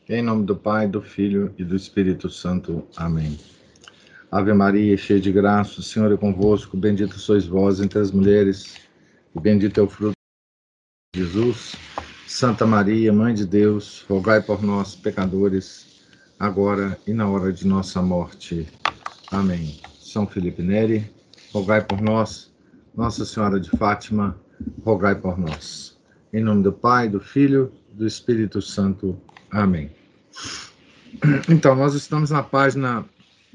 Em nome do Pai, do Filho e do Espírito Santo. Amém. Ave Maria, cheia de graça, o Senhor é convosco. Bendita sois vós entre as mulheres, e bendito é o fruto de Jesus. Santa Maria, Mãe de Deus, rogai por nós, pecadores, agora e na hora de nossa morte. Amém. São Felipe Neri, rogai por nós. Nossa Senhora de Fátima, rogai por nós. Em nome do Pai, do Filho e do Espírito Santo. Amém. Então, nós estamos na página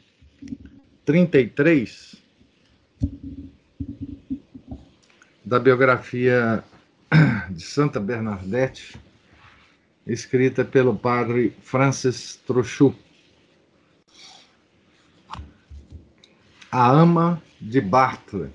33 da biografia de Santa Bernadette, escrita pelo padre Francis Trochu. A ama de Bartre.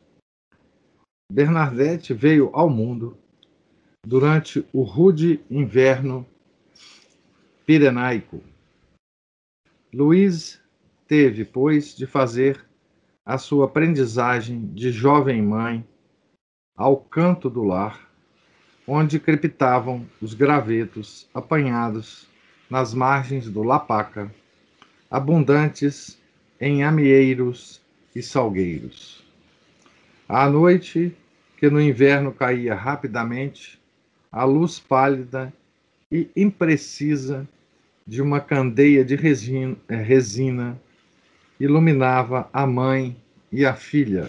Bernadette veio ao mundo durante o rude inverno pirenaico. Louise teve, pois, de fazer a sua aprendizagem de jovem mãe ao canto do lar, onde crepitavam os gravetos apanhados nas margens do Lapaca, abundantes em amieiros e salgueiros. À noite, que no inverno caía rapidamente, a luz pálida e imprecisa de uma candeia de resina iluminava a mãe e a filha.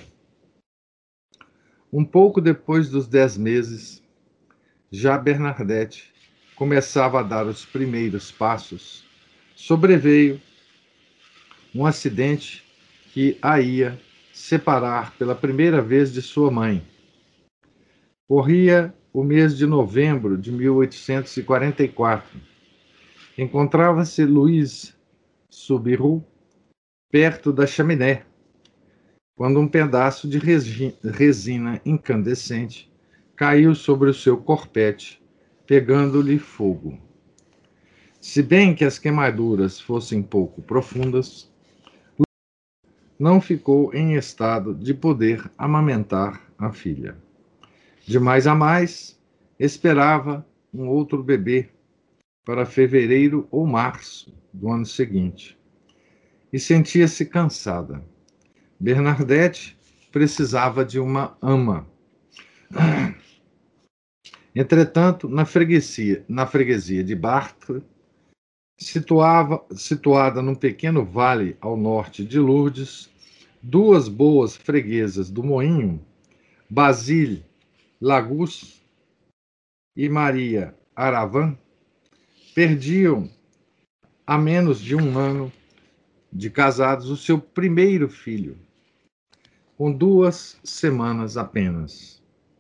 Um pouco depois dos 10 meses, já Bernadette começava a dar os primeiros passos. Sobreveio um acidente que a ia separar pela primeira vez de sua mãe. Corria o mês de novembro de 1844. Encontrava-se Louise Soubirous perto da chaminé, quando um pedaço de resina incandescente caiu sobre o seu corpete, pegando-lhe fogo. Se bem que as queimaduras fossem pouco profundas, não ficou em estado de poder amamentar a filha. De mais a mais, esperava um outro bebê para fevereiro ou março do ano seguinte, e sentia-se cansada. Bernadette precisava de uma ama. Entretanto, na freguesia de Bartre, situada num pequeno vale ao norte de Lourdes, duas boas freguesas do Moinho, Basile Lagus e Maria Aravan, perdiam, há menos de um ano de casados, o seu primeiro filho, com 2 semanas apenas.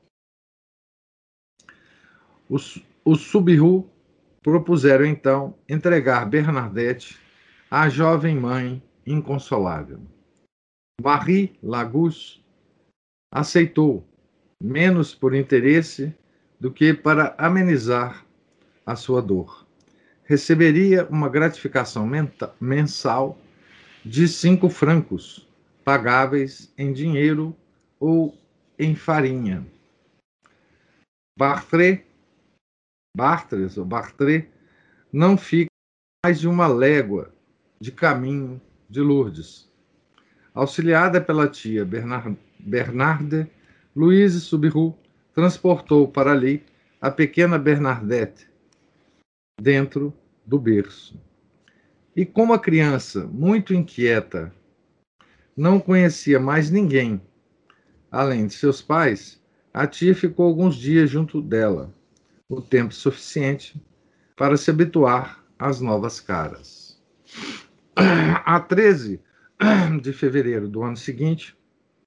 Os Soubirous propuseram, então, entregar Bernadette à jovem mãe inconsolável. Marie Lagus aceitou, menos por interesse do que para amenizar a sua dor. Receberia uma gratificação mensal de 5 francos, pagáveis em dinheiro ou em farinha. Bartre não fica mais de uma légua de caminho de Lourdes. Auxiliada pela tia Bernarde, Louise Soubirous transportou para ali a pequena Bernadette dentro do berço. E como a criança, muito inquieta, não conhecia mais ninguém além de seus pais, a tia ficou alguns dias junto dela, o tempo suficiente para se habituar às novas caras. A 13 de fevereiro do ano seguinte,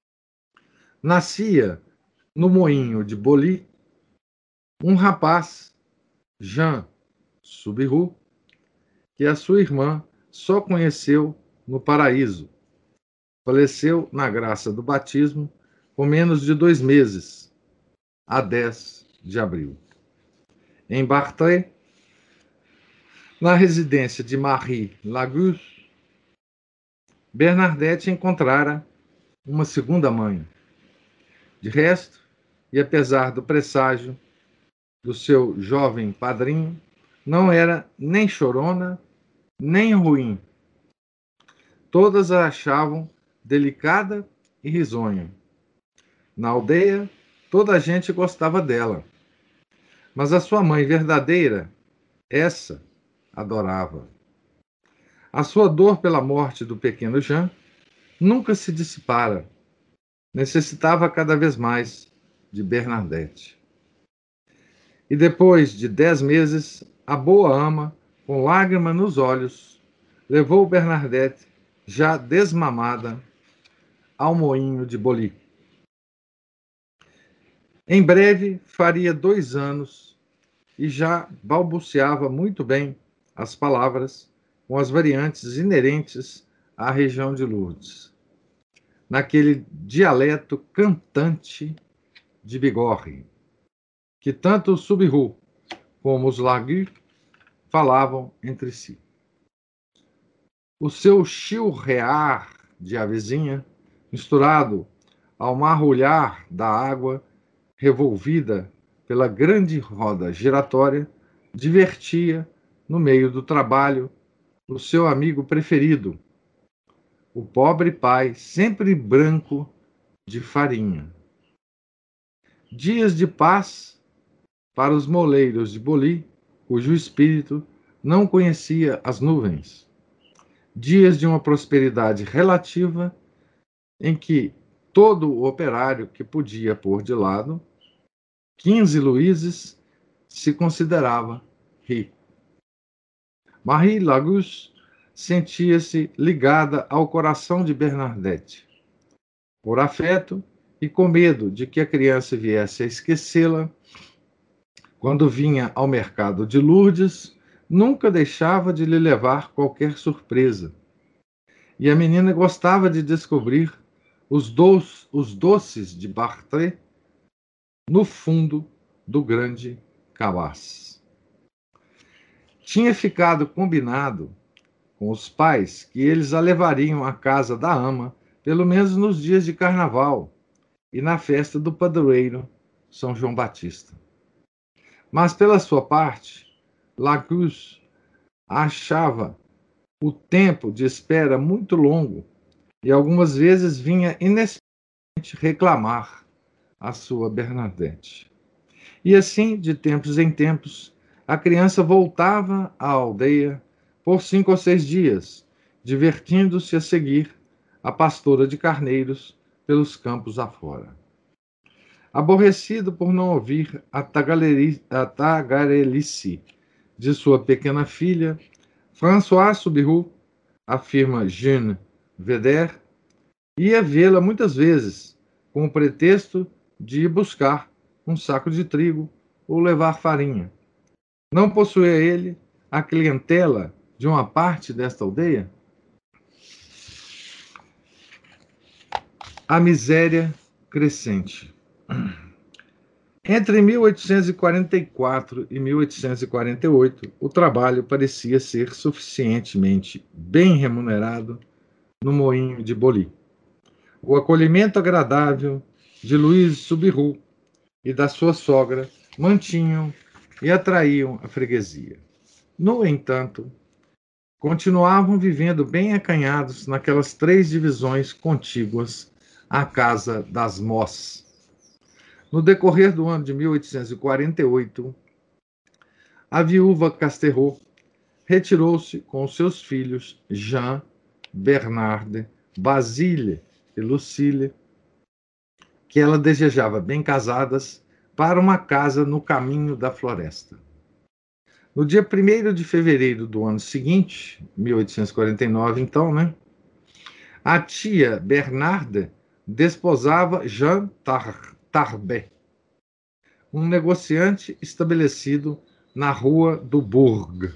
nascia no moinho de Boli um rapaz, Jean Soubirous, que a sua irmã só conheceu no paraíso. Faleceu na graça do batismo com menos de 2 meses, a 10 de abril. Em Bartre, na residência de Marie Lagus, Bernadette encontrara uma segunda mãe. De resto, e apesar do presságio do seu jovem padrinho, não era nem chorona, nem ruim. Todas a achavam delicada e risonha. Na aldeia, toda a gente gostava dela. Mas a sua mãe verdadeira, essa, adorava. A sua dor pela morte do pequeno Jean nunca se dissipara. Necessitava cada vez mais de Bernadette. E depois de 10 meses, a boa ama, com lágrima nos olhos, levou Bernadette, já desmamada, ao moinho de Boli. Em breve faria 2 anos e já balbuciava muito bem as palavras com as variantes inerentes à região de Lourdes, naquele dialeto cantante de Bigorre, que tanto os Subiru como os Lagus falavam entre si. O seu chilrear de avezinha, misturado ao marrulhar da água revolvida pela grande roda giratória, divertia, no meio do trabalho, o seu amigo preferido, o pobre pai, sempre branco de farinha. Dias de paz para os moleiros de Boli, cujo espírito não conhecia as nuvens. Dias de uma prosperidade relativa em que todo o operário que podia pôr de lado 15 luíses se considerava rico. Marie Lagus sentia-se ligada ao coração de Bernadette. Por afeto e com medo de que a criança viesse a esquecê-la, quando vinha ao mercado de Lourdes, nunca deixava de lhe levar qualquer surpresa. E a menina gostava de descobrir os doces de Bartré no fundo do grande cabaz. Tinha ficado combinado com os pais que eles a levariam à casa da ama, pelo menos nos dias de carnaval e na festa do padroeiro São João Batista. Mas, pela sua parte, Lagus achava o tempo de espera muito longo e algumas vezes vinha inesperadamente reclamar a sua Bernadette. E assim, de tempos em tempos, a criança voltava à aldeia por 5 ou 6 dias, divertindo-se a seguir a pastora de carneiros pelos campos afora. Aborrecido por não ouvir a tagarelice de sua pequena filha, François Subiru, afirma Jean Veder, ia vê-la muitas vezes, com o pretexto de ir buscar um saco de trigo ou levar farinha. Não possuía ele a clientela de uma parte desta aldeia? A miséria crescente. Entre 1844 e 1848, o trabalho parecia ser suficientemente bem remunerado no moinho de Boli. O acolhimento agradável de Luiz Subiru e da sua sogra mantinham e atraíam a freguesia. No entanto, continuavam vivendo bem acanhados naquelas 3 divisões contíguas à casa das Moss. No decorrer do ano de 1848, a viúva Casterot retirou-se com seus filhos Jean, Bernarde, Basile e Lucille, que ela desejava bem casadas, para uma casa no caminho da floresta. No dia 1º de fevereiro do ano seguinte, 1849, então, a tia Bernarde desposava Jean Tarbet, um negociante estabelecido na rua do Bourg.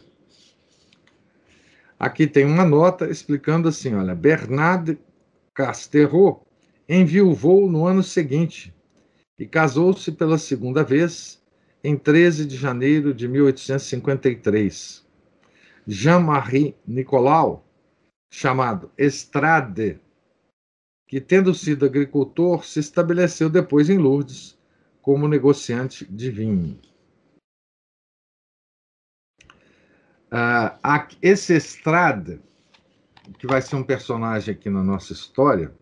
Aqui tem uma nota explicando assim, olha, Bernarde Casterot enviuvou no ano seguinte e casou-se pela segunda vez em 13 de janeiro de 1853. Jean-Marie Nicolau, chamado Estrade, que, tendo sido agricultor, se estabeleceu depois em Lourdes como negociante de vinho. Esse Estrade, que vai ser um personagem aqui na nossa história,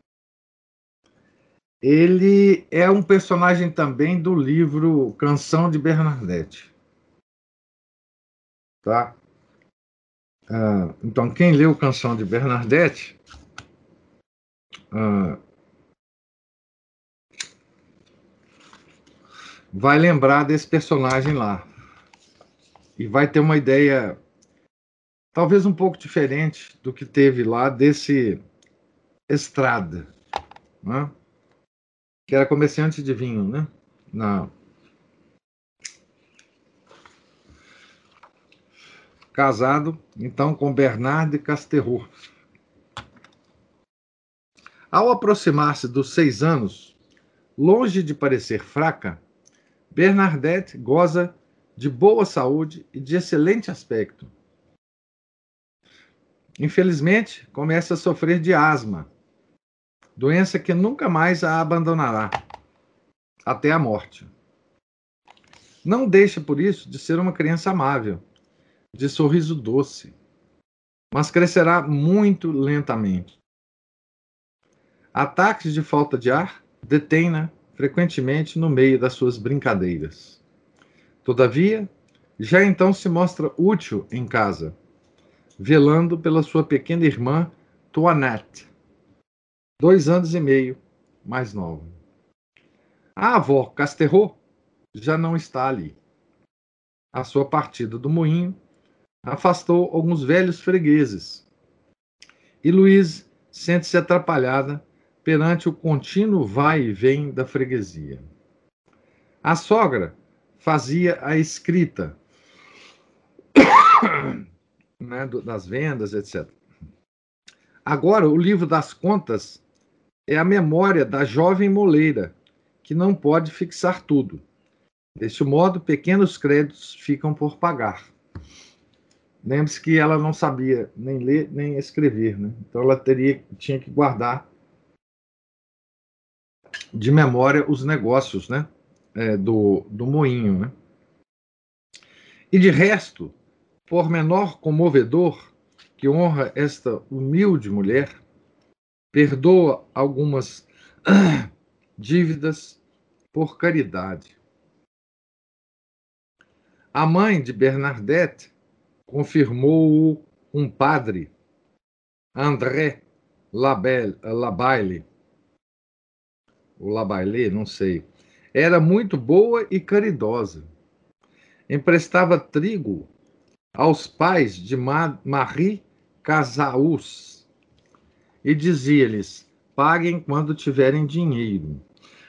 ele é um personagem também do livro Canção de Bernadette. Tá? Então, quem leu Canção de Bernadette vai lembrar desse personagem lá. E vai ter uma ideia talvez um pouco diferente do que teve lá desse Estrade, né? Que era comerciante de vinho, né? Casado, então, com Bernard de Casterro. Ao aproximar-se dos 6 anos, longe de parecer fraca, Bernadette goza de boa saúde e de excelente aspecto. Infelizmente, começa a sofrer de asma, doença que nunca mais a abandonará, até a morte. Não deixa, por isso, de ser uma criança amável, de sorriso doce, mas crescerá muito lentamente. Ataques de falta de ar detêm-na frequentemente no meio das suas brincadeiras. Todavia, já então se mostra útil em casa, velando pela sua pequena irmã Toinette, 2 anos e meio mais nova. A avó Casterro já não está ali. A sua partida do moinho afastou alguns velhos fregueses, e Louise sente-se atrapalhada perante o contínuo vai e vem da freguesia. A sogra fazia a escrita, né, das vendas, etc. Agora, o livro das contas é a memória da jovem moleira, que não pode fixar tudo. Deste modo, pequenos créditos ficam por pagar. Lembre-se que ela não sabia nem ler nem escrever, né? Então ela tinha que guardar de memória os negócios, né? Do moinho, né? E de resto, por menor comovedor que honra esta humilde mulher, perdoa algumas dívidas por caridade. A mãe de Bernadette confirmou-o um padre, André Labaille, ou Labaille, não sei. Era muito boa e caridosa. Emprestava trigo aos pais de Marie Casaus e dizia-lhes: paguem quando tiverem dinheiro.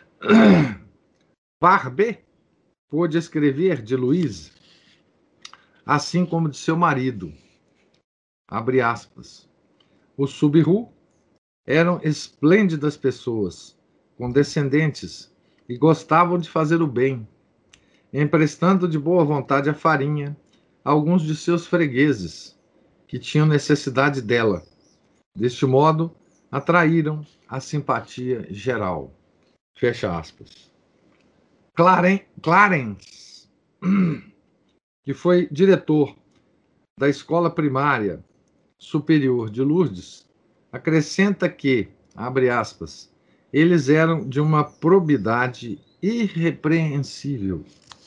Barbet pôde escrever de Louise, assim como de seu marido. Abre aspas. Os Subiru eram esplêndidas pessoas, condescendentes e gostavam de fazer o bem, emprestando de boa vontade a farinha a alguns de seus fregueses, que tinham necessidade dela. Deste modo, atraíram a simpatia geral. Fecha aspas. Clarence, que foi diretor da Escola Primária Superior de Lourdes, acrescenta que, abre aspas, eles eram de uma probidade irrepreensível.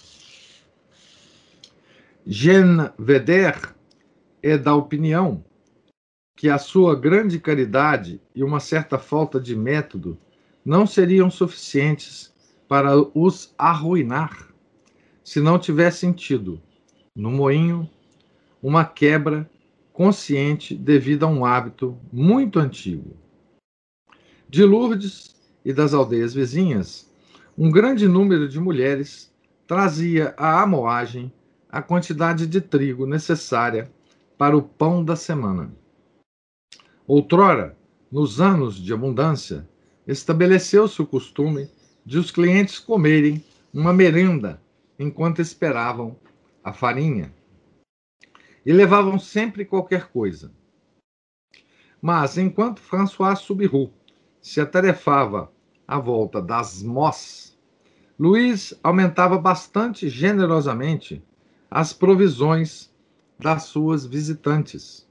Jean Veder é da opinião que a sua grande caridade e uma certa falta de método não seriam suficientes para os arruinar se não tivessem tido, no moinho, uma quebra consciente devido a um hábito muito antigo. De Lourdes e das aldeias vizinhas, um grande número de mulheres trazia à amoagem a quantidade de trigo necessária para o pão da semana. Outrora, nos anos de abundância, estabeleceu-se o costume de os clientes comerem uma merenda enquanto esperavam a farinha. E levavam sempre qualquer coisa. Mas, enquanto François Subiru se atarefava à volta das Moss, Louise aumentava bastante generosamente as provisões das suas visitantes.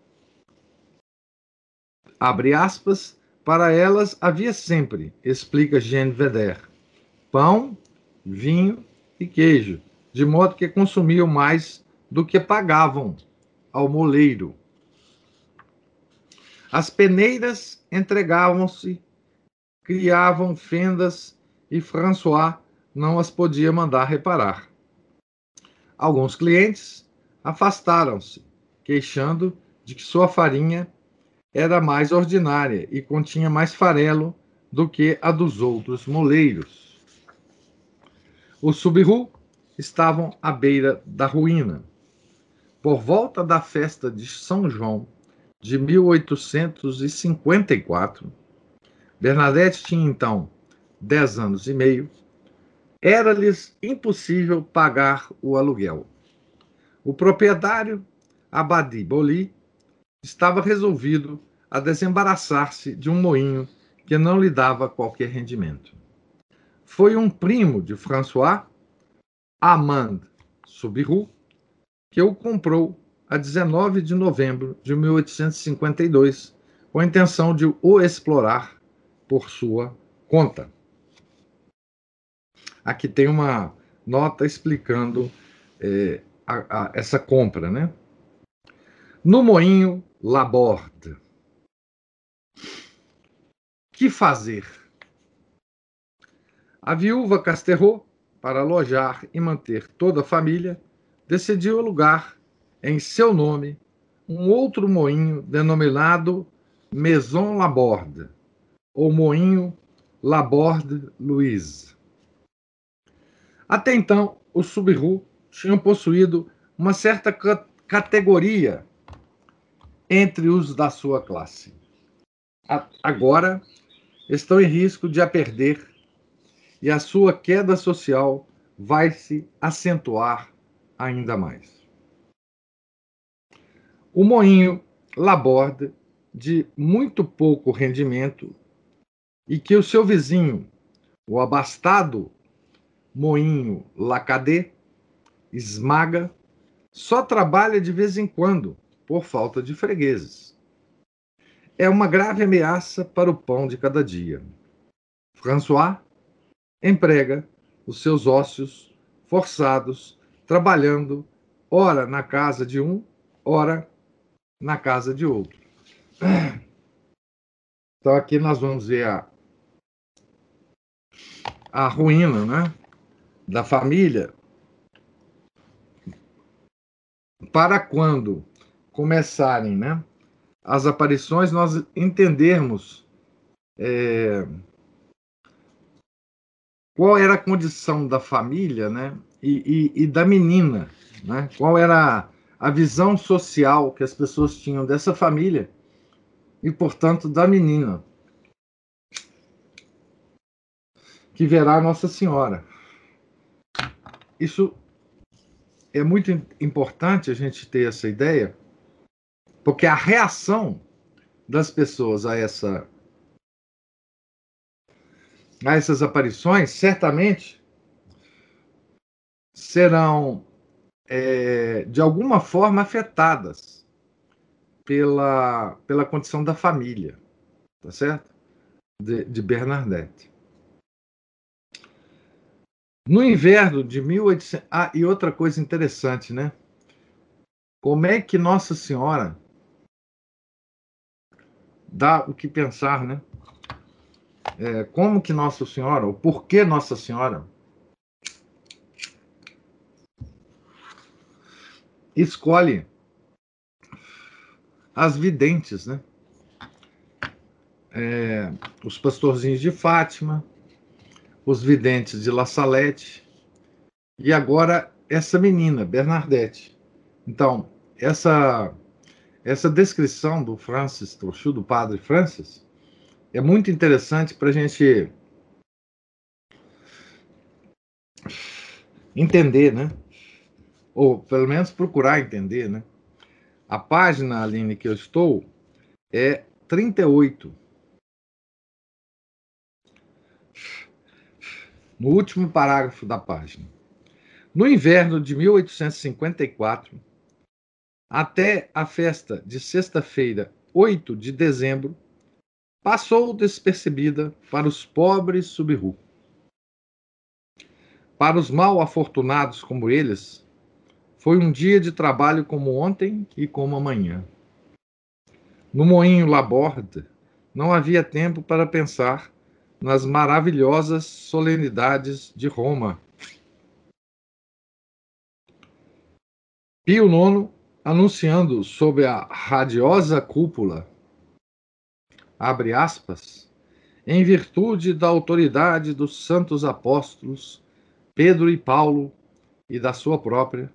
Abre aspas, para elas havia sempre, explica Jean Vedder, pão, vinho e queijo, de modo que consumiam mais do que pagavam ao moleiro. As peneiras entregavam-se, criavam fendas e François não as podia mandar reparar. Alguns clientes afastaram-se, queixando de que sua farinha era mais ordinária e continha mais farelo do que a dos outros moleiros. Os Subiru estavam à beira da ruína. Por volta da festa de São João de 1854, Bernadette tinha então 10 anos e meio, era-lhes impossível pagar o aluguel. O proprietário, Abadi Boli, estava resolvido a desembaraçar-se de um moinho que não lhe dava qualquer rendimento. Foi um primo de François, Armand Subiru, que o comprou a 19 de novembro de 1852, com a intenção de o explorar por sua conta. Aqui tem uma nota explicando essa compra, né? No moinho Laborde. Que fazer? A viúva Casterro, para alojar e manter toda a família, decidiu alugar, em seu nome, um outro moinho denominado Maison Laborde, ou moinho Laborde Louise. Até então, os Subiru tinham possuído uma certa categoria entre os da sua classe. Agora, estão em risco de a perder e a sua queda social vai se acentuar ainda mais. O moinho Laborde, de muito pouco rendimento, e que o seu vizinho, o abastado moinho Lacadé, esmaga, só trabalha de vez em quando, por falta de fregueses. É uma grave ameaça para o pão de cada dia. François emprega os seus ócios forçados, trabalhando ora na casa de um, ora na casa de outro. Então aqui nós vamos ver a ruína, né, da família, para quando começarem, né, as aparições, nós entendermos qual era a condição da família, né, e da menina, né, qual era a visão social que as pessoas tinham dessa família e, portanto, da menina, que verá Nossa Senhora. Isso é muito importante a gente ter essa ideia, porque a reação das pessoas a essas aparições certamente serão de alguma forma afetadas pela condição da família, tá certo? De Bernadette. No inverno de 1800... Ah, e outra coisa interessante, né? Como é que Nossa Senhora dá o que pensar, né? Como que Nossa Senhora, o porquê Nossa Senhora escolhe as videntes, né? Os pastorzinhos de Fátima, os videntes de La Salette, e agora essa menina, Bernadette. Então, essa descrição do Francis Trochu, do padre Francis, é muito interessante para a gente entender, né? Ou pelo menos procurar entender, né? A página, Aline, que eu estou é 38. No último parágrafo da página. No inverno de 1854, até a festa de sexta-feira, 8 de dezembro, passou despercebida para os pobres sub-Ru. Para os mal afortunados como eles, foi um dia de trabalho como ontem e como amanhã. No moinho Laborde, não havia tempo para pensar nas maravilhosas solenidades de Roma. Pio IX, anunciando sob a radiosa cúpula, abre aspas, em virtude da autoridade dos santos apóstolos Pedro e Paulo e da sua própria,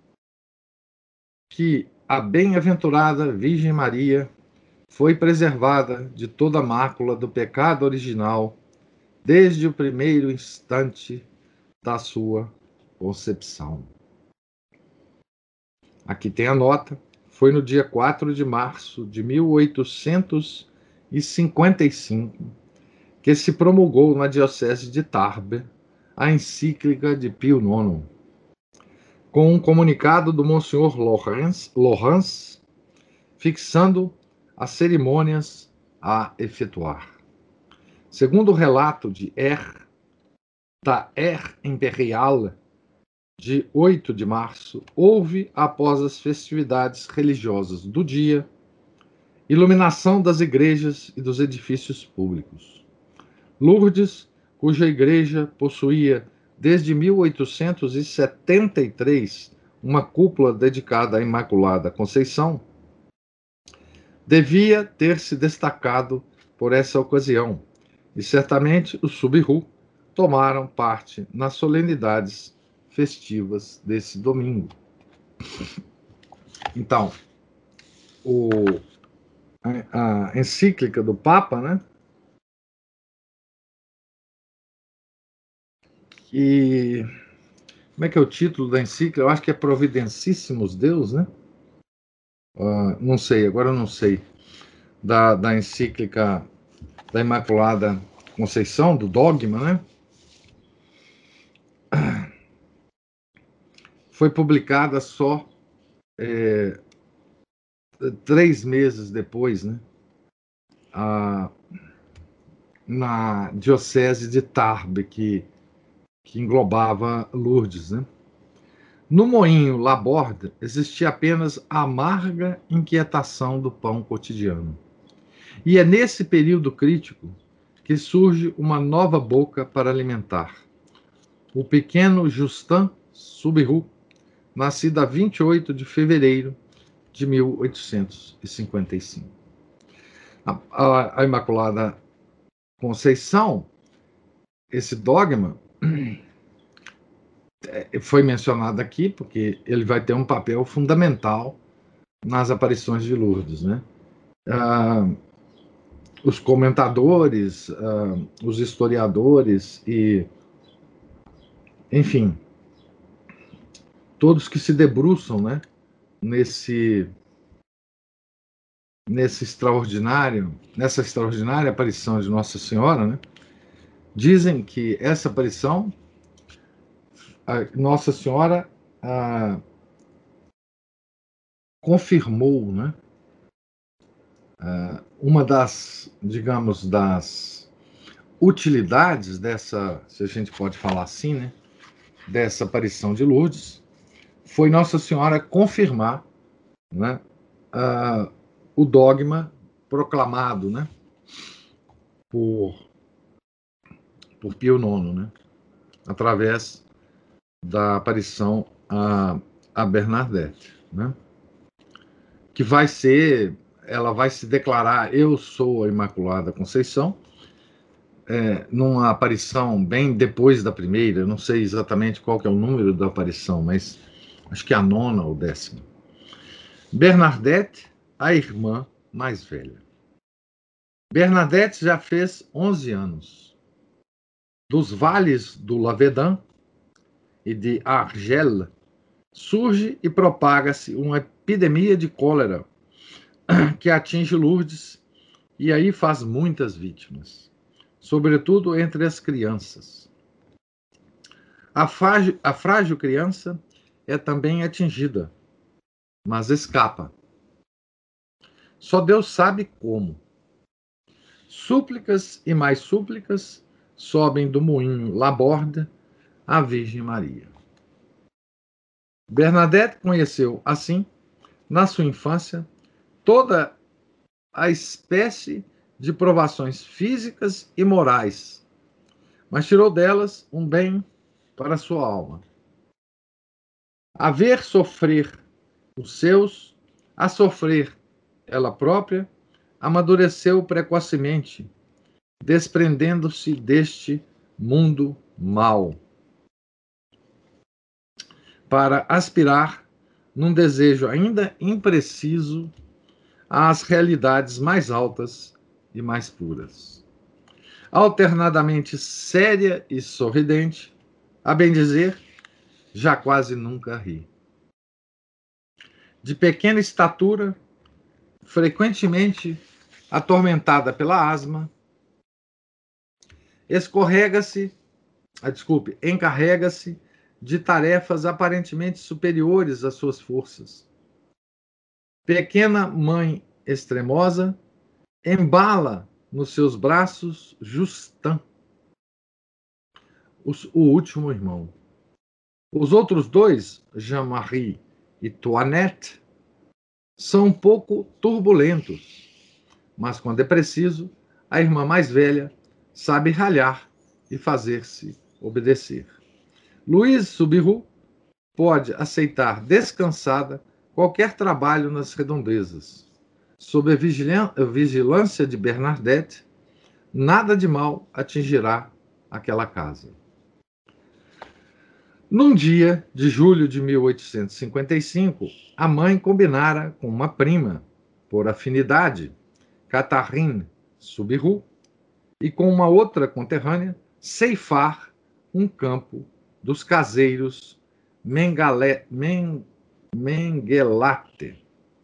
que a bem-aventurada Virgem Maria foi preservada de toda mácula do pecado original desde o primeiro instante da sua concepção. Aqui tem a nota. Foi no dia 4 de março de 1855 que se promulgou na Diocese de Tarbes a encíclica de Pio IX, com um comunicado do Monsenhor Laurence fixando as cerimônias a efetuar. Segundo o relato da Air Imperiale, de 8 de março, houve, após as festividades religiosas do dia, iluminação das igrejas e dos edifícios públicos. Lourdes, cuja igreja possuía desde 1873 uma cúpula dedicada à Imaculada Conceição, devia ter se destacado por essa ocasião, e certamente os sub-Ru tomaram parte nas solenidades festivas desse domingo. Então, a encíclica do Papa, né? E como é que é o título da encíclica? Eu acho que é Providencissimus Deus, né? Não sei, agora eu não sei. Da encíclica da Imaculada Conceição, do dogma, né? Foi publicada só 3 meses depois, né? Na Diocese de Tarbes, que englobava Lourdes, né? No moinho Laborde existia apenas a amarga inquietação do pão cotidiano. E é nesse período crítico que surge uma nova boca para alimentar. O pequeno Justin sub-Ru, nascido a 28 de fevereiro de 1855. A Imaculada Conceição, esse dogma, foi mencionado aqui porque ele vai ter um papel fundamental nas aparições de Lourdes, né? Os comentadores, os historiadores e, enfim, todos que se debruçam, né, nessa extraordinária aparição de Nossa Senhora, né, dizem que essa aparição, Nossa Senhora confirmou, né, uma das, digamos, das utilidades dessa, se a gente pode falar assim, né, dessa aparição de Lourdes, foi Nossa Senhora confirmar, né, o dogma proclamado, né, por Pio IX, né, através da aparição a Bernadette, né, que ela vai se declarar: eu sou a Imaculada Conceição, numa aparição bem depois da primeira. Eu não sei exatamente qual que é o número da aparição, mas acho que é a 9ª ou 10ª. Bernadette, a irmã mais velha. Bernadette já fez 11 anos. Dos vales do Lavedan e de Argel surge e propaga-se uma epidemia de cólera que atinge Lourdes e aí faz muitas vítimas, sobretudo entre as crianças. A frágil criança é também atingida, mas escapa. Só Deus sabe como. Súplicas e mais súplicas sobem do moinho Laborda à Virgem Maria. Bernadette conheceu, assim, na sua infância, toda a espécie de provações físicas e morais, mas tirou delas um bem para sua alma. A ver sofrer os seus, a sofrer ela própria, amadureceu precocemente, desprendendo-se deste mundo mau, para aspirar, num desejo ainda impreciso, às realidades mais altas e mais puras. Alternadamente séria e sorridente, a bem dizer, já quase nunca ri. De pequena estatura, frequentemente atormentada pela asma, encarrega-se de tarefas aparentemente superiores às suas forças. Pequena mãe extremosa, embala nos seus braços Justin, o último irmão. Os outros dois, Jean-Marie e Toinette, são um pouco turbulentos, mas quando é preciso, a irmã mais velha sabe ralhar e fazer-se obedecer. Louise Soubirous pode aceitar descansada qualquer trabalho nas redondezas. Sob a vigilância de Bernadette, nada de mal atingirá aquela casa. Num dia de julho de 1855, a mãe combinara com uma prima, por afinidade, Catherine Soubirous, e com uma outra conterrânea, ceifar um campo dos caseiros Menguelate.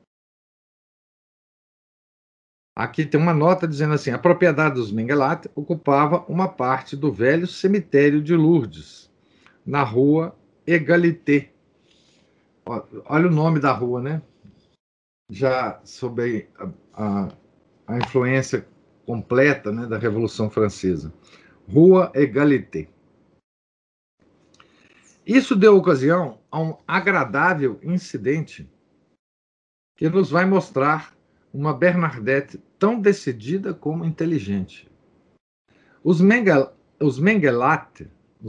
Aqui tem uma nota dizendo assim: a propriedade dos Menguelate ocupava uma parte do velho cemitério de Lourdes, na rua Egalité. Olha o nome da rua, né? Já sob a influência completa, né, da Revolução Francesa. Rua Egalité. Isso deu ocasião a um agradável incidente que nos vai mostrar uma Bernadette tão decidida como inteligente. Os Menguelate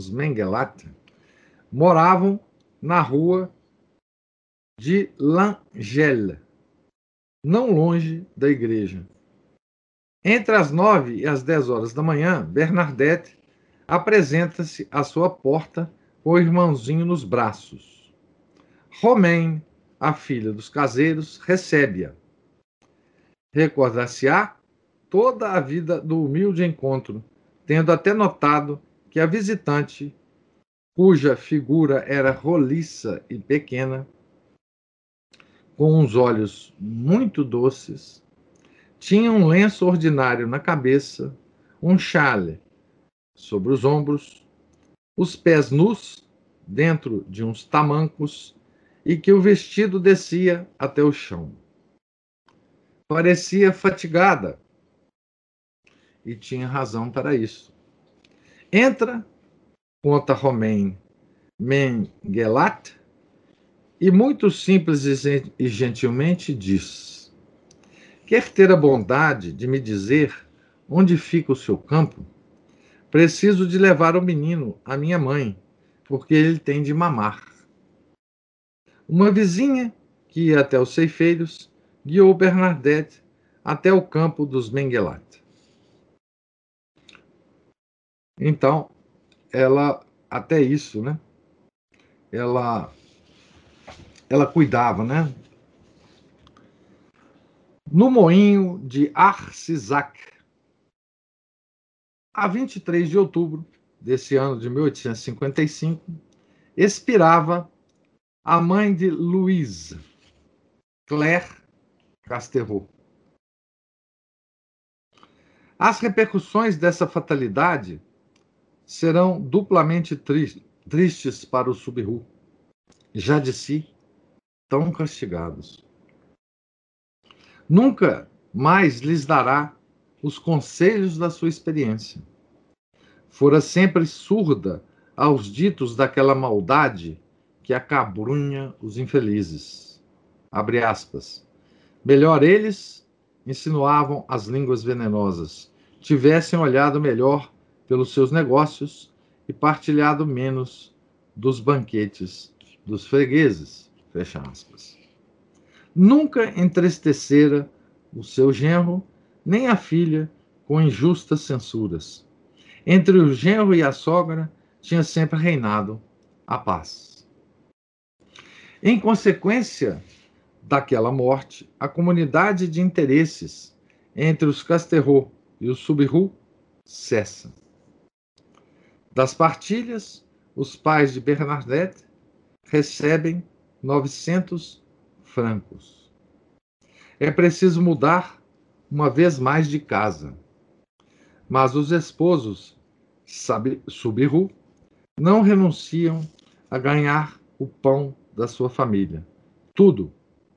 moravam na rua de L'Angèle, não longe da igreja. Entre as 9 e as 10 horas da manhã, Bernadette apresenta-se à sua porta com o irmãozinho nos braços. Romaine, a filha dos caseiros, recebe-a. Recordar-se-á toda a vida do humilde encontro, tendo até notado que a visitante, cuja figura era roliça e pequena, com uns olhos muito doces, tinha um lenço ordinário na cabeça, um chale sobre os ombros, os pés nus dentro de uns tamancos e que o vestido descia até o chão. Parecia fatigada e tinha razão para isso. Entra, conta Romaine Menguelate, e muito simples e gentilmente diz: quer ter a bondade de me dizer onde fica o seu campo? Preciso de levar o menino à minha mãe, porque ele tem de mamar. Uma vizinha, que ia até os ceifeiros, guiou Bernadette até o campo dos Menguelate. Então, ela, até isso, né? Ela cuidava, né? No moinho de Arcisac, a 23 de outubro desse ano de 1855, expirava a mãe de Louise, Claire Casterot. As repercussões dessa fatalidade serão duplamente tristes para o Soubirous. Já de si, tão castigados. Nunca mais lhes dará os conselhos da sua experiência. Fora sempre surda aos ditos daquela maldade que acabrunha os infelizes. Abre aspas. Melhor eles, insinuavam as línguas venenosas, tivessem olhado melhor pelos seus negócios e partilhado menos dos banquetes dos fregueses. Fecha aspas. Nunca entristecera o seu genro, nem a filha, com injustas censuras. Entre o genro e a sogra tinha sempre reinado a paz. Em consequência daquela morte, a comunidade de interesses entre os Casterro e os Subiru cessa. Das partilhas, os pais de Bernadette recebem 900 francos. É preciso mudar uma vez mais de casa. Mas os esposos Subiru não renunciam a ganhar o pão da sua família. Tudo,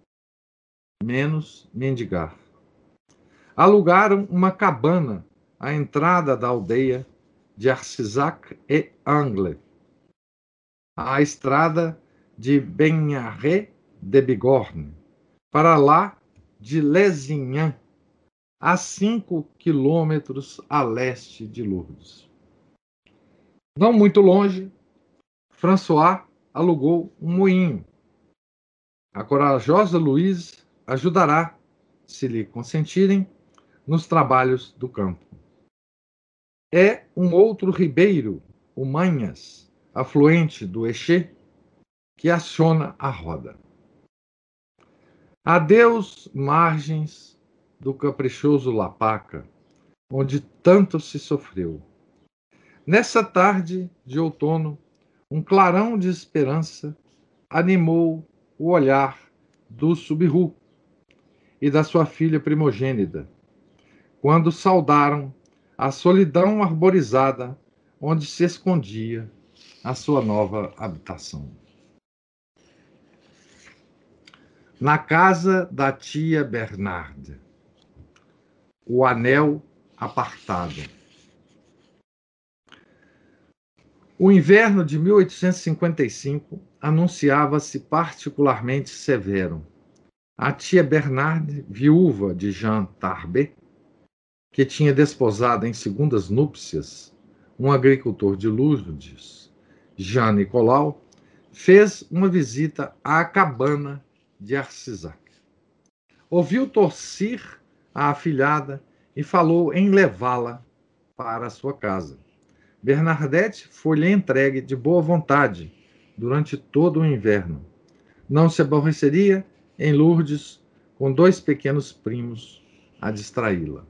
menos mendigar. Alugaram uma cabana à entrada da aldeia de Arcisac et Angle, à estrada de Benharret de Bigorne, para lá de Lesignan, a 5 quilômetros a leste de Lourdes. Não muito longe, François alugou um moinho. A corajosa Louise ajudará, se lhe consentirem, nos trabalhos do campo. É um outro ribeiro, o Manhas, afluente do Eché, que aciona a roda. Adeus, margens do caprichoso Lapaca, onde tanto se sofreu. Nessa tarde de outono, um clarão de esperança animou o olhar do Subiru e da sua filha primogênita, quando saudaram a solidão arborizada onde se escondia a sua nova habitação. Na casa da tia Bernarde, o anel apartado. O inverno de 1855 anunciava-se particularmente severo. A tia Bernarde, viúva de Jean Tarbet, que tinha desposado em segundas núpcias um agricultor de Lourdes, Jean Nicolau, fez uma visita à cabana de Arcisac. Ouviu tossir a afilhada e falou em levá-la para a sua casa. Bernadette foi-lhe entregue de boa vontade durante todo o inverno. Não se aborreceria em Lourdes com 2 pequenos primos a distraí-la.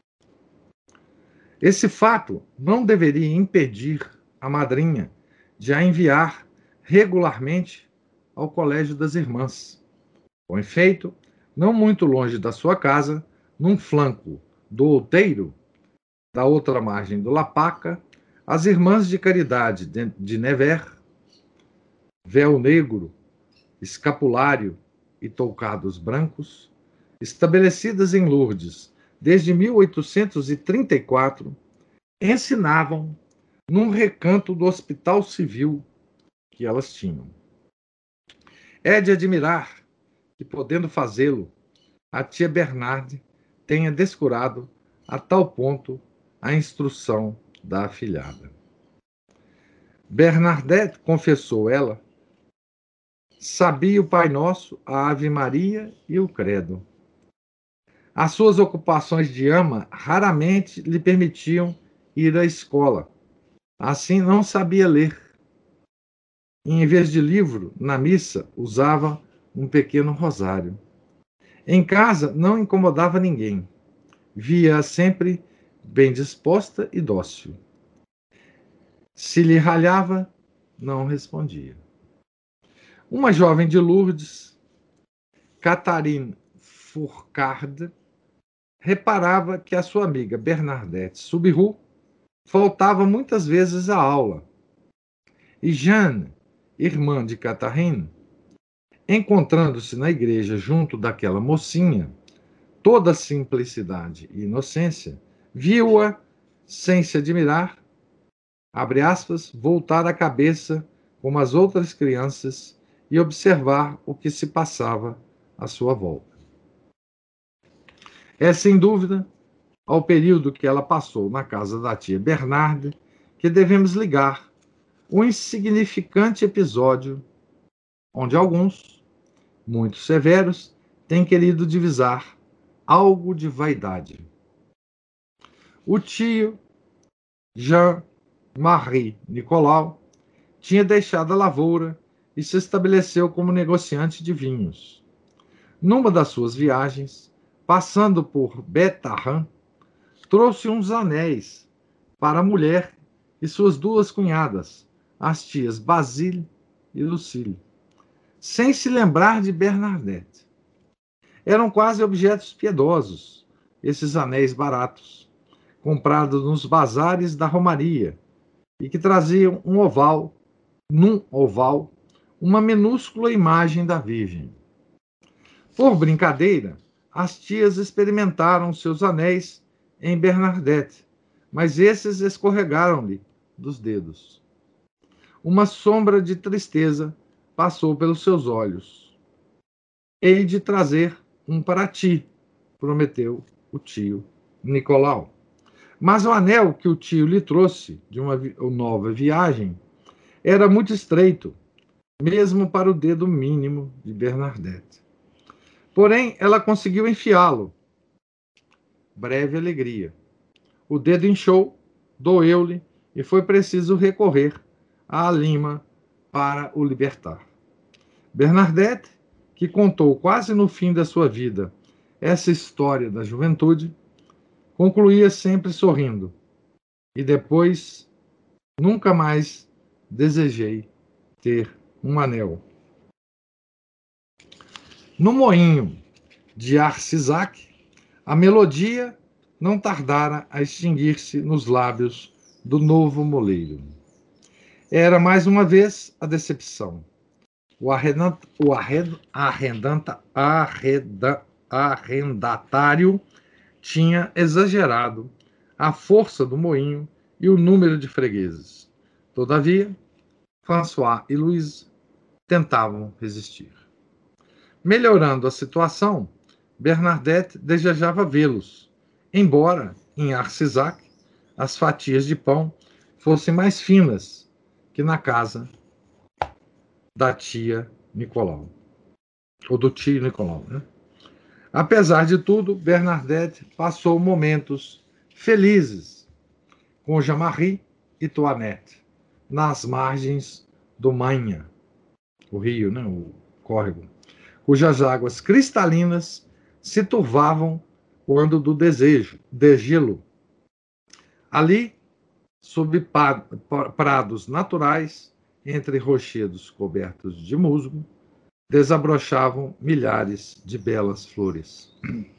Esse fato não deveria impedir a madrinha de a enviar regularmente ao Colégio das Irmãs. Com efeito, não muito longe da sua casa, num flanco do outeiro, da outra margem do Lapaca, as Irmãs de Caridade de Nevers, véu negro, escapulário e toucados brancos, estabelecidas em Lourdes desde 1834, ensinavam num recanto do Hospital Civil que elas tinham. É de admirar que, podendo fazê-lo, a tia Bernarde tenha descurado a tal ponto a instrução da afilhada. Bernadette, confessou ela, sabia o Pai Nosso, a Ave Maria e o Credo. As suas ocupações de ama raramente lhe permitiam ir à escola. Assim, não sabia ler. E, em vez de livro, na missa, usava um pequeno rosário. Em casa, não incomodava ninguém. Via-a sempre bem disposta e dócil. Se lhe ralhava, não respondia. Uma jovem de Lourdes, Catherine Fourcade, reparava que a sua amiga Bernadette Subiru faltava muitas vezes à aula. E Jeanne, irmã de Catherine, Encontrando-se na igreja junto daquela mocinha, toda simplicidade e inocência, viu-a sem se admirar, abre aspas, voltar a cabeça como as outras crianças e observar o que se passava à sua volta. É sem dúvida ao período que ela passou na casa da tia Bernarda que devemos ligar o insignificante episódio onde alguns, muito severos, têm querido divisar algo de vaidade. O tio Jean-Marie Nicolau tinha deixado a lavoura e se estabeleceu como negociante de vinhos. Numa das suas viagens, passando por Betarran, trouxe uns anéis para a mulher e suas duas cunhadas, as tias Basile e Lucille, sem se lembrar de Bernadette. Eram quase objetos piedosos, esses anéis baratos, comprados nos bazares da Romaria, e que traziam num oval, uma minúscula imagem da Virgem. Por brincadeira, as tias experimentaram seus anéis em Bernadette, mas esses escorregaram-lhe dos dedos. Uma sombra de tristeza passou pelos seus olhos. Hei de trazer um para ti, prometeu o tio Nicolau. Mas o anel que o tio lhe trouxe de uma nova viagem era muito estreito, mesmo para o dedo mínimo de Bernadette. Porém, ela conseguiu enfiá-lo. Breve alegria. O dedo inchou, doeu-lhe e foi preciso recorrer à lima para o libertar. Bernadette, que contou quase no fim da sua vida essa história da juventude, concluía sempre sorrindo. E depois, nunca mais desejei ter um anel. No moinho de Arcisac, a melodia não tardara a extinguir-se nos lábios do novo moleiro. Era mais uma vez a decepção. O arrendatário tinha exagerado a força do moinho e o número de fregueses. Todavia, François e Louise tentavam resistir. Melhorando a situação, Bernadette desejava vê-los, embora, em Arcisac, as fatias de pão fossem mais finas que na casa da tia Nicolau, ou do tio Nicolau, né? Apesar de tudo, Bernadette passou momentos felizes com Jean-Marie e Toinette, nas margens do Maine, o rio, né, o córrego, cujas águas cristalinas se turvavam quando do degelo. Ali, sob prados naturais, entre rochedos cobertos de musgo, desabrochavam milhares de belas flores.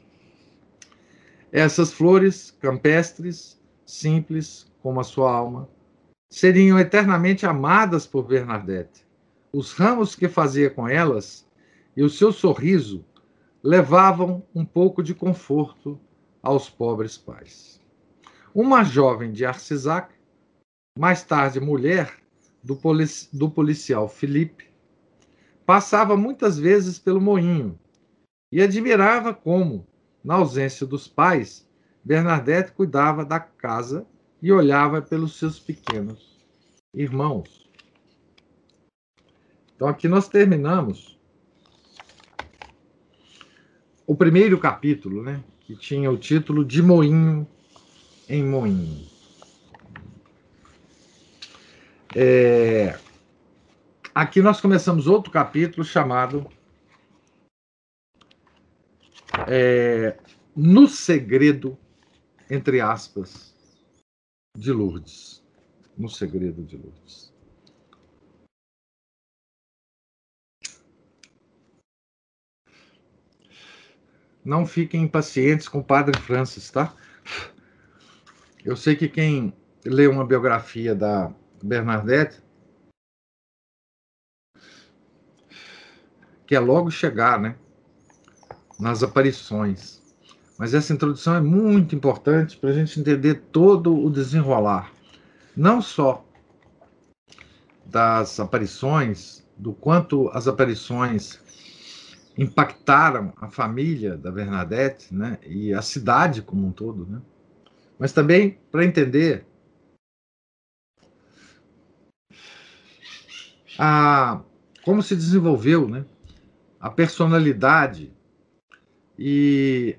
Essas flores, campestres, simples como a sua alma, seriam eternamente amadas por Bernadette. Os ramos que fazia com elas e o seu sorriso levavam um pouco de conforto aos pobres pais. Uma jovem de Arcisac, mais tarde mulher do policial Philippe, passava muitas vezes pelo moinho e admirava como, na ausência dos pais, Bernadette cuidava da casa e olhava pelos seus pequenos irmãos. Então aqui nós terminamos o primeiro capítulo, né, que tinha o título De Moinho em Moinho. Aqui nós começamos outro capítulo chamado No Segredo, entre aspas, de Lourdes. No Segredo de Lourdes. Não fiquem impacientes com o Padre Francis, tá? Eu sei que quem lê uma biografia da Bernadette quer logo chegar, né, nas aparições. Mas essa introdução é muito importante para a gente entender todo o desenrolar, não só das aparições, do quanto as aparições impactaram a família da Bernadette, né, e a cidade como um todo, né, mas também para entender como se desenvolveu, né, a personalidade e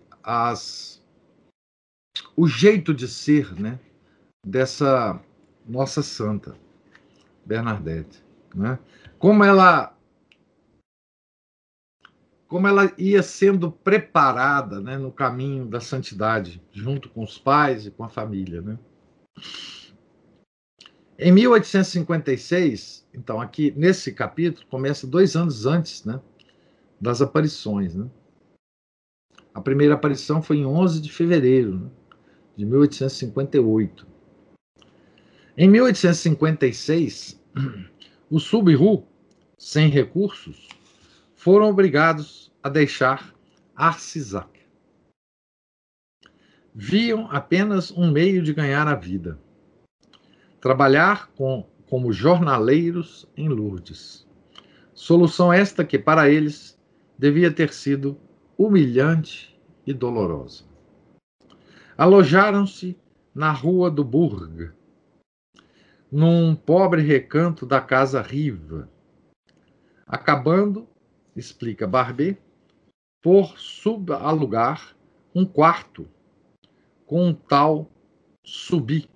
o jeito de ser, né, dessa nossa santa Bernadette, né? Como ela ia sendo preparada, né, no caminho da santidade, junto com os pais e com a família, né? Em 1856, então aqui nesse capítulo começa 2 anos antes, né, das aparições, né? A primeira aparição foi em 11 de fevereiro, né, de 1858. Em 1856, os Subiru, sem recursos, foram obrigados a deixar Arcisac. Viam apenas um meio de ganhar a vida: trabalhar como jornaleiros em Lourdes. Solução esta que, para eles, devia ter sido humilhante e dolorosa. Alojaram-se na rua do Bourg, num pobre recanto da casa Riva, acabando, explica Barbet, por subalugar um quarto com um tal Subi.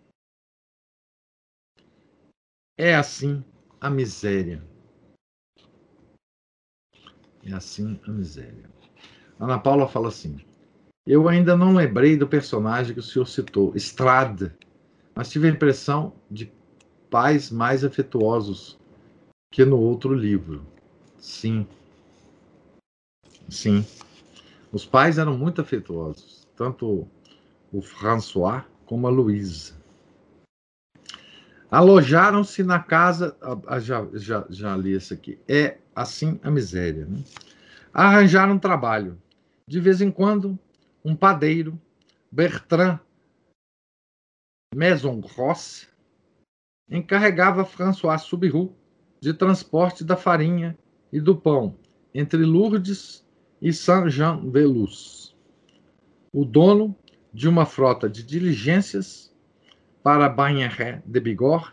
É assim a miséria. É assim a miséria. Ana Paula fala assim: eu ainda não lembrei do personagem que o senhor citou, Strade, mas tive a impressão de pais mais afetuosos que no outro livro. Sim, sim. Os pais eram muito afetuosos, tanto o François como a Louise. Alojaram-se na casa. Já li isso aqui. É assim a miséria. Né? Arranjaram trabalho. De vez em quando, um padeiro, Bertrand Maison-Grosse, encarregava François Subiru de transporte da farinha e do pão entre Lourdes e Saint-Jean-de-Luz. O dono de uma frota de diligências para Bagnères de Bigorre,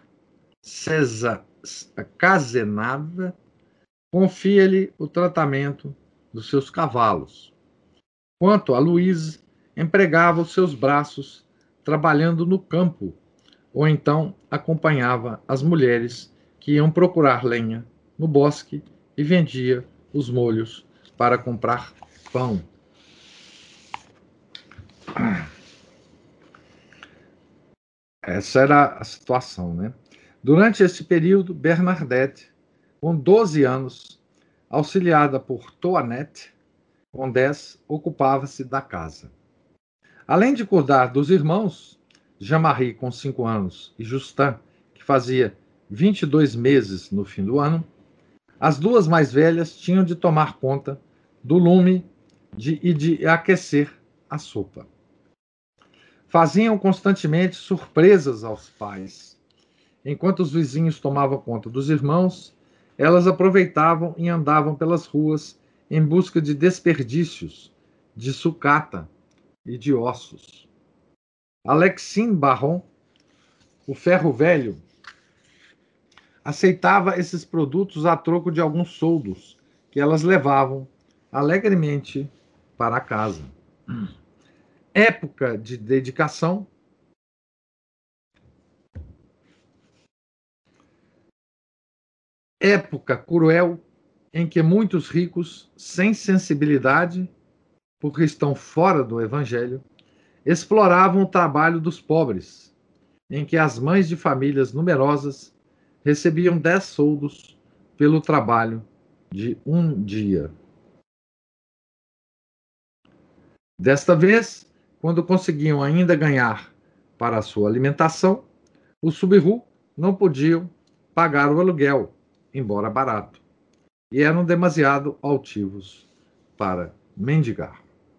Cazenave, confia-lhe o tratamento dos seus cavalos. Quanto a Louise, empregava os seus braços trabalhando no campo, ou então acompanhava as mulheres que iam procurar lenha no bosque e vendia os molhos para comprar pão. Essa era a situação, né? Durante esse período, Bernadette, com 12 anos, auxiliada por Toinette, com 10, ocupava-se da casa. Além de cuidar dos irmãos, Jean-Marie, com 5 anos, e Justin, que fazia 22 meses no fim do ano, as duas mais velhas tinham de tomar conta do lume e de aquecer a sopa. Faziam constantemente surpresas aos pais. Enquanto os vizinhos tomavam conta dos irmãos, elas aproveitavam e andavam pelas ruas em busca de desperdícios, de sucata e de ossos. Alexine Baron, o ferro velho, aceitava esses produtos a troco de alguns soldos que elas levavam alegremente para casa. Época de dedicação. Época cruel em que muitos ricos, sem sensibilidade, porque estão fora do evangelho, exploravam o trabalho dos pobres, em que as mães de famílias numerosas recebiam 10 soldos pelo trabalho de um dia. Desta vez, quando conseguiam ainda ganhar para a sua alimentação, os Subiru não podiam pagar o aluguel, embora barato, e eram demasiado altivos para mendigar.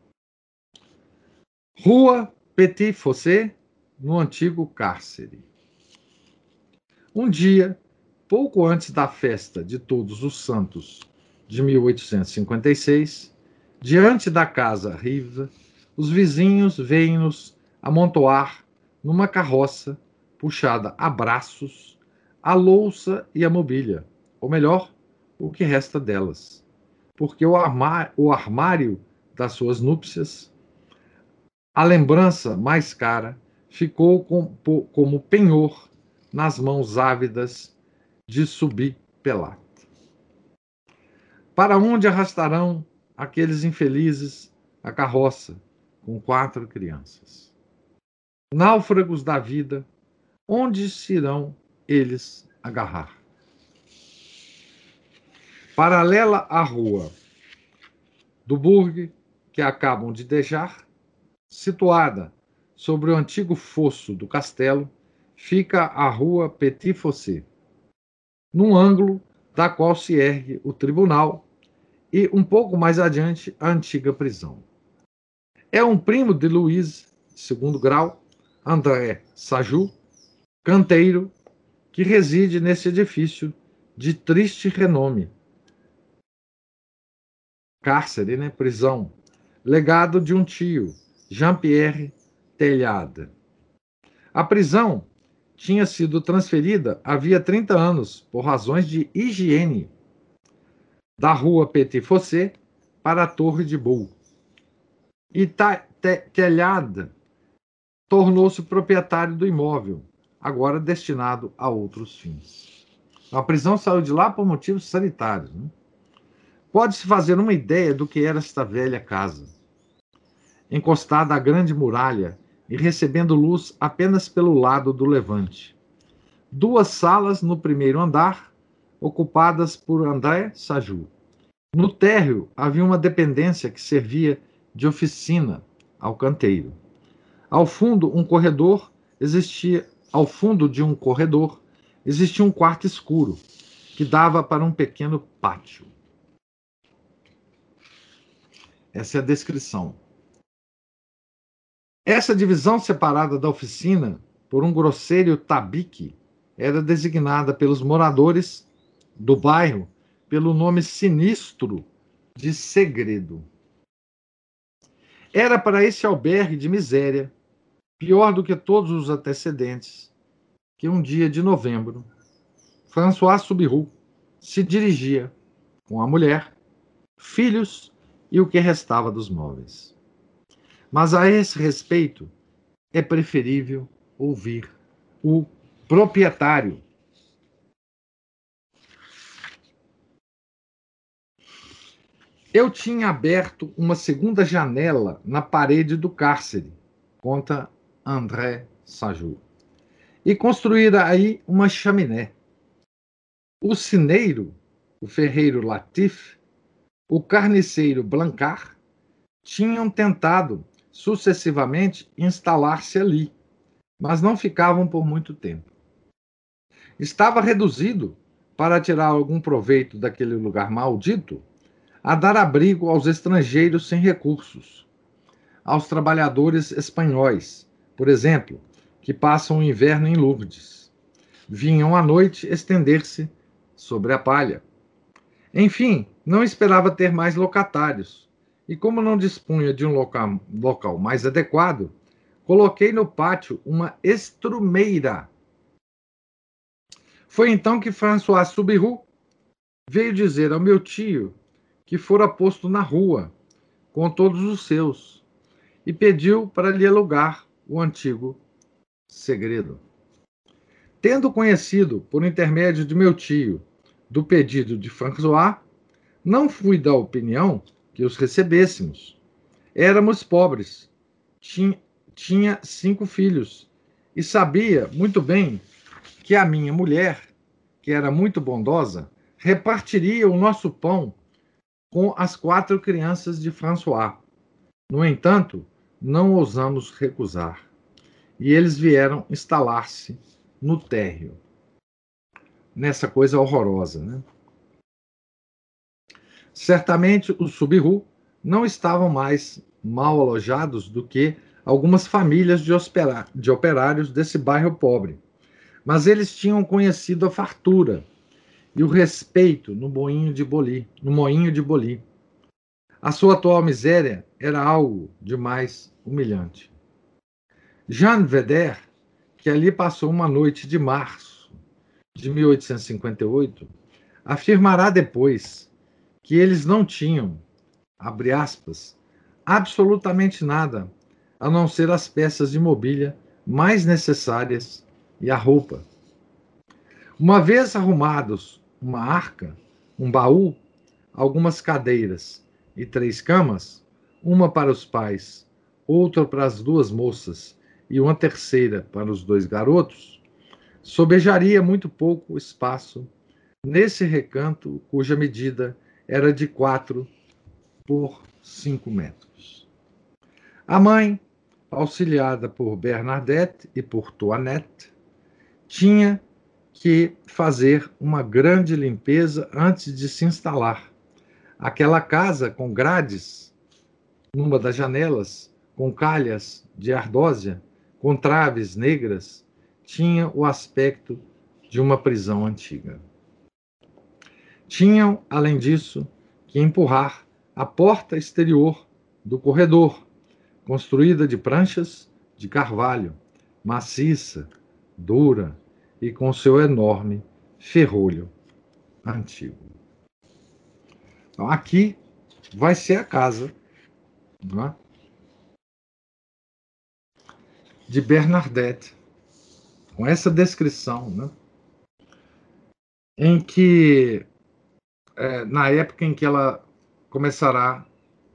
Rua Petit Fossé, no antigo cárcere. Um dia, pouco antes da festa de Todos os Santos de 1856, diante da casa Rive, os vizinhos veem-nos amontoar numa carroça puxada a braços a louça e a mobília, ou melhor, o que resta delas, porque o armário das suas núpcias, a lembrança mais cara, ficou como penhor nas mãos ávidas de subir pelado. Para onde arrastarão aqueles infelizes a carroça com 4 crianças? Náufragos da vida, onde se irão eles agarrar? Paralela à rua do Burg, que acabam de deixar, situada sobre o antigo fosso do castelo, fica a rua Petit Fossé, num ângulo da qual se ergue o tribunal e, um pouco mais adiante, a antiga prisão. É um primo de Luiz, segundo grau, André Sajou, canteiro, que reside nesse edifício de triste renome. Cárcere, né? Prisão. Legado de um tio, Jean-Pierre Telhade. A prisão tinha sido transferida havia 30 anos, por razões de higiene, da rua Petit Fossé para a Torre de Bull. E Telhade tornou-se proprietário do imóvel, agora destinado a outros fins. A prisão saiu de lá por motivos sanitários. Né? Pode-se fazer uma ideia do que era esta velha casa. Encostada à grande muralha e recebendo luz apenas pelo lado do levante. 2 salas no primeiro andar, ocupadas por André Sajou. No térreo havia uma dependência que servia de oficina ao canteiro. Ao fundo de um corredor existia um quarto escuro que dava para um pequeno pátio. Essa é a descrição. Essa divisão separada da oficina por um grosseiro tabique era designada pelos moradores do bairro pelo nome sinistro de segredo. Era para esse albergue de miséria, pior do que todos os antecedentes, que um dia de novembro, François Subiru se dirigia com a mulher, filhos e o que restava dos móveis. Mas a esse respeito, é preferível ouvir o proprietário. Eu tinha aberto uma segunda janela na parede do cárcere, conta André Sajou, e construíra aí uma chaminé. O cineiro, o ferreiro Latif, o carniceiro Blancard, tinham tentado sucessivamente instalar-se ali, mas não ficavam por muito tempo. Estava reduzido, para tirar algum proveito daquele lugar maldito, a dar abrigo aos estrangeiros sem recursos, aos trabalhadores espanhóis, por exemplo, que passam o inverno em Lourdes. Vinham à noite estender-se sobre a palha. Enfim, não esperava ter mais locatários, e como não dispunha de um local mais adequado, coloquei no pátio uma estrumeira. Foi então que François Subiru veio dizer ao meu tio que fora posto na rua, com todos os seus, e pediu para lhe alugar o antigo segredo. Tendo conhecido, por intermédio de meu tio, do pedido de François, não fui da opinião que os recebêssemos. Éramos pobres, tinha 5 filhos, e sabia muito bem que a minha mulher, que era muito bondosa, repartiria o nosso pão com as 4 crianças de François. No entanto, não ousamos recusar, e eles vieram instalar-se no térreo, nessa coisa horrorosa, né? Certamente os Subiru não estavam mais mal alojados do que algumas famílias de operários desse bairro pobre, mas eles tinham conhecido a fartura e o respeito no moinho de Boli. A sua atual miséria era algo de mais humilhante. Jean Vedder, que ali passou uma noite de março de 1858, afirmará depois que eles não tinham, abre aspas, absolutamente nada a não ser as peças de mobília mais necessárias e a roupa. Uma vez arrumados uma arca, um baú, algumas cadeiras e 3 camas, uma para os pais, outra para as 2 moças e uma terceira para os 2 garotos, sobejaria muito pouco espaço nesse recanto cuja medida era de 4 por 5 metros. A mãe, auxiliada por Bernadette e por Toinette, tinha que fazer uma grande limpeza antes de se instalar. Aquela casa com grades numa das janelas, com calhas de ardósia, com traves negras, tinha o aspecto de uma prisão antiga. Tinham, além disso, que empurrar a porta exterior do corredor, construída de pranchas de carvalho, maciça, dura e com seu enorme ferrolho antigo. Então, aqui vai ser a casa, não é, de Bernadette, com essa descrição, né, em que, na época em que ela começará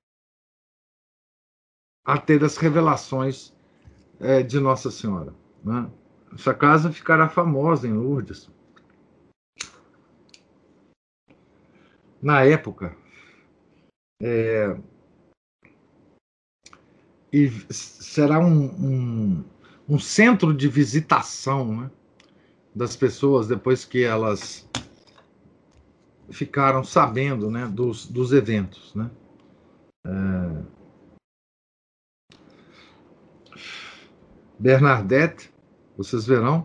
a ter as revelações de Nossa Senhora. Né? Essa casa ficará famosa em Lourdes. Na época, e será um centro de visitação, né, das pessoas depois que elas ficaram sabendo, né, dos eventos. Né? Bernadette, vocês verão,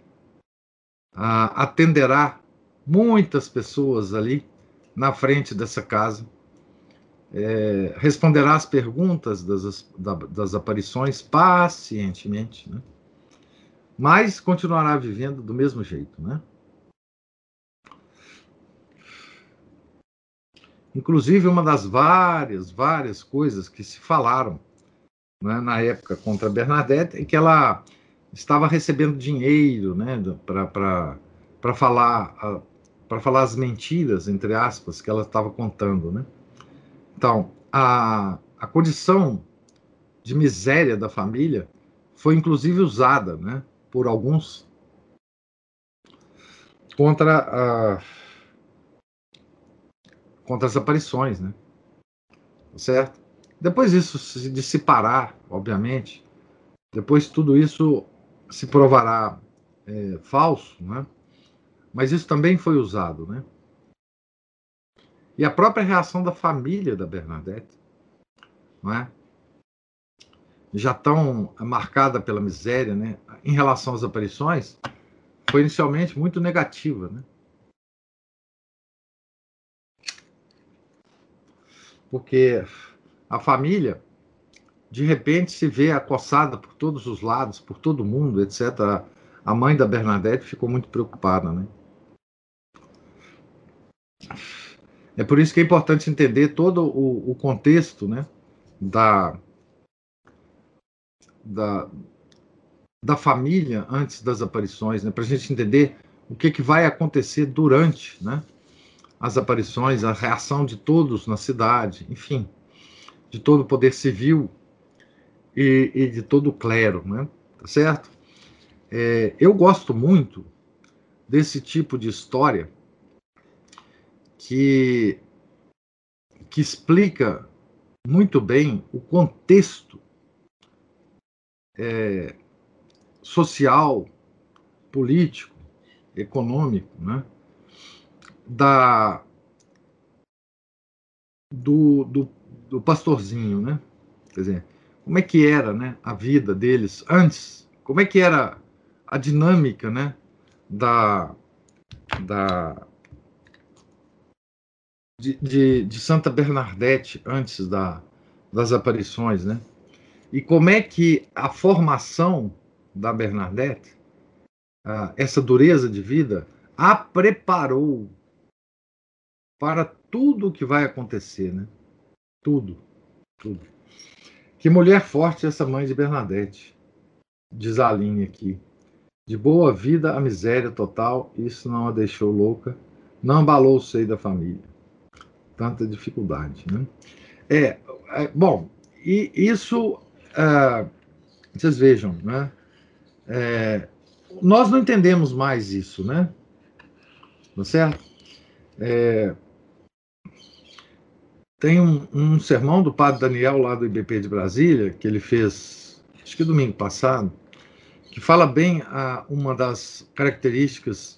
atenderá muitas pessoas ali na frente dessa casa, responderá às perguntas das aparições pacientemente, né? Mas continuará vivendo do mesmo jeito, né? Inclusive, uma das várias coisas que se falaram, né, na época contra Bernadette é que ela estava recebendo dinheiro, né, para falar as mentiras, entre aspas, que ela estava contando, né? Então, a condição de miséria da família foi inclusive usada, né, por alguns contra, contra as aparições, né? Certo? Depois isso se dissipará, obviamente. Depois tudo isso se provará falso, né? Mas isso também foi usado, né? E a própria reação da família da Bernadette, não é? Já tão marcada pela miséria, né? Em relação às aparições, foi inicialmente muito negativa, né? Porque a família, de repente, se vê acossada por todos os lados, por todo mundo, etc. A mãe da Bernadette ficou muito preocupada, né? É por isso que é importante entender todo o contexto, né, da, da, da família antes das aparições, né, para a gente entender o que vai acontecer durante, né, as aparições, a reação de todos na cidade, enfim, de todo o poder civil e de todo o clero, né, tá certo? Eu gosto muito desse tipo de história que, que explica muito bem o contexto social, político, econômico, né, da, do, do, do pastorzinho, né? Quer dizer, como é que era, né, a vida deles antes? Como é que era a dinâmica, né, da, da de Santa Bernadette antes das aparições, né? E como é que a formação da Bernadette, essa dureza de vida, a preparou para tudo o que vai acontecer, né? Tudo, tudo. Que mulher forte essa mãe de Bernadette, diz a Aline aqui. De boa vida a miséria total, isso não a deixou louca, não abalou o seio da família. Tanta dificuldade, né? Bom, e isso, vocês vejam, né? Nós não entendemos mais isso, né? Tá certo? Tem um sermão do padre Daniel, lá do IBP de Brasília, que ele fez, acho que domingo passado, que fala bem uma das características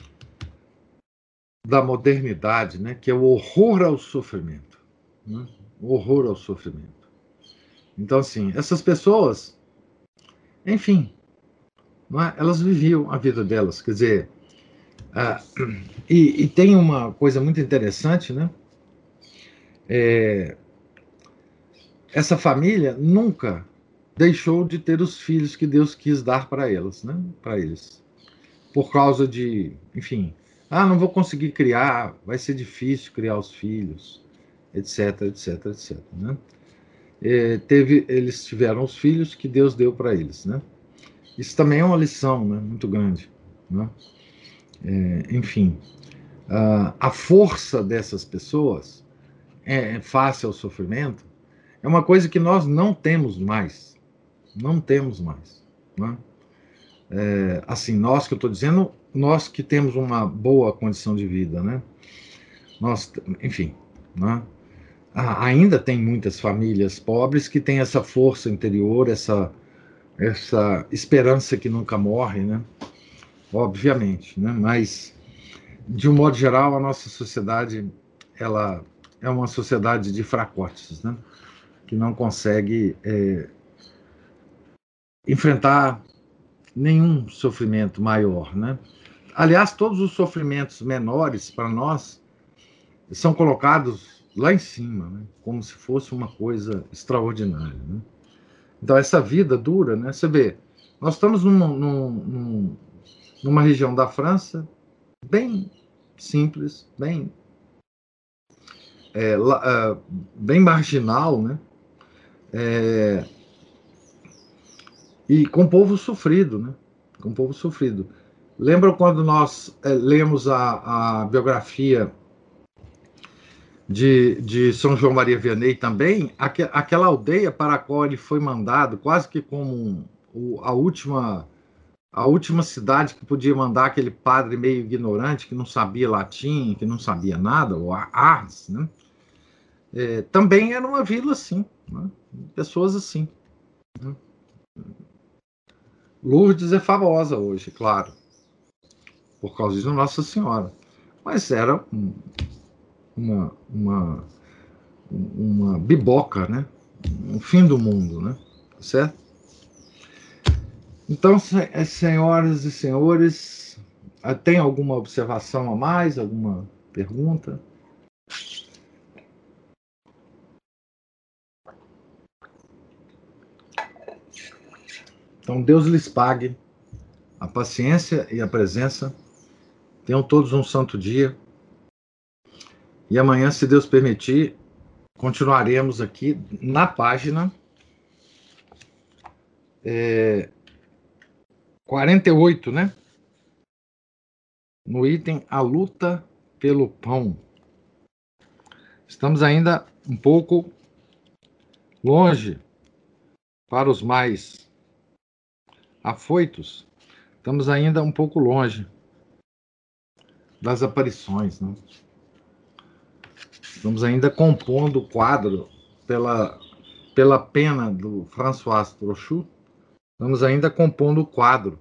da modernidade, né? Que é o horror ao sofrimento. Né? O horror ao sofrimento. Então, assim, essas pessoas, enfim, não é? Elas viviam a vida delas, quer dizer, ah, e tem uma coisa muito interessante, né? Essa família nunca deixou de ter os filhos que Deus quis dar para elas, né? Para eles, por causa de, enfim, não vou conseguir criar, vai ser difícil criar os filhos, etc, etc, etc, né? Eles tiveram os filhos que Deus deu para eles, né? Isso também é uma lição, né? Muito grande, né? Enfim, a força dessas pessoas face ao sofrimento é uma coisa que nós não temos mais. Não temos mais. Né? Assim, nós que eu estou dizendo, nós que temos uma boa condição de vida, né? Nós, enfim, né? Ainda tem muitas famílias pobres que têm essa força interior, essa esperança que nunca morre, né? Obviamente, né? Mas de um modo geral, a nossa sociedade, ela é uma sociedade de fracotes, né? Que não consegue enfrentar nenhum sofrimento maior, né? Aliás, todos os sofrimentos menores para nós são colocados lá em cima, né? Como se fosse uma coisa extraordinária, né? Então essa vida dura, né? Você vê, nós estamos numa região da França bem simples, bem marginal, né? E com povo sofrido, né? Com povo sofrido. Lembram quando nós lemos a biografia de São João Maria Vianney também? Aquela aldeia para a qual ele foi mandado, quase que como a última cidade que podia mandar aquele padre meio ignorante, que não sabia latim, que não sabia nada, o Ars, né? Também era uma vila assim, né? Pessoas assim. Né? Lourdes é famosa hoje, claro, por causa de Nossa Senhora. Mas era uma, uma, uma biboca, né? Um fim do mundo, né? Certo? Então, senhoras e senhores, tem alguma observação a mais? Alguma pergunta? Então, Deus lhes pague a paciência e a presença. Tenham todos um santo dia. E amanhã, se Deus permitir, continuaremos aqui na página 48, né? No item A Luta pelo Pão. Estamos ainda um pouco longe para os mais afoitos. Estamos ainda um pouco longe das aparições, né? Estamos ainda compondo o quadro pela pena do François Trochu. Estamos ainda compondo o quadro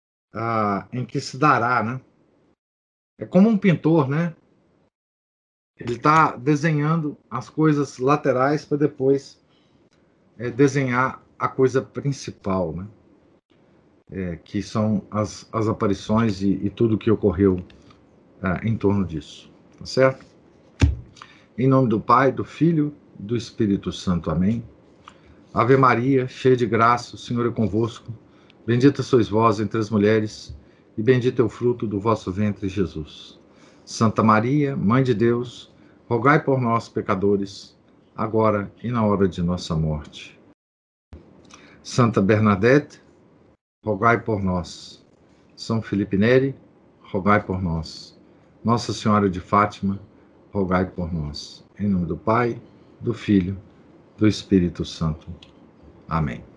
em que se dará, né? É como um pintor, né? Ele está desenhando as coisas laterais para depois desenhar a coisa principal, né? Que são as aparições e tudo que ocorreu em torno disso. Tá certo? Em nome do Pai, do Filho e do Espírito Santo. Amém. Ave Maria, cheia de graça, o Senhor é convosco. Bendita sois vós entre as mulheres, e bendito é o fruto do vosso ventre, Jesus. Santa Maria, Mãe de Deus, rogai por nós, pecadores, agora e na hora de nossa morte. Santa Bernadette, rogai por nós. São Felipe Neri, rogai por nós. Nossa Senhora de Fátima, rogai por nós. Em nome do Pai, do Filho, do Espírito Santo. Amém.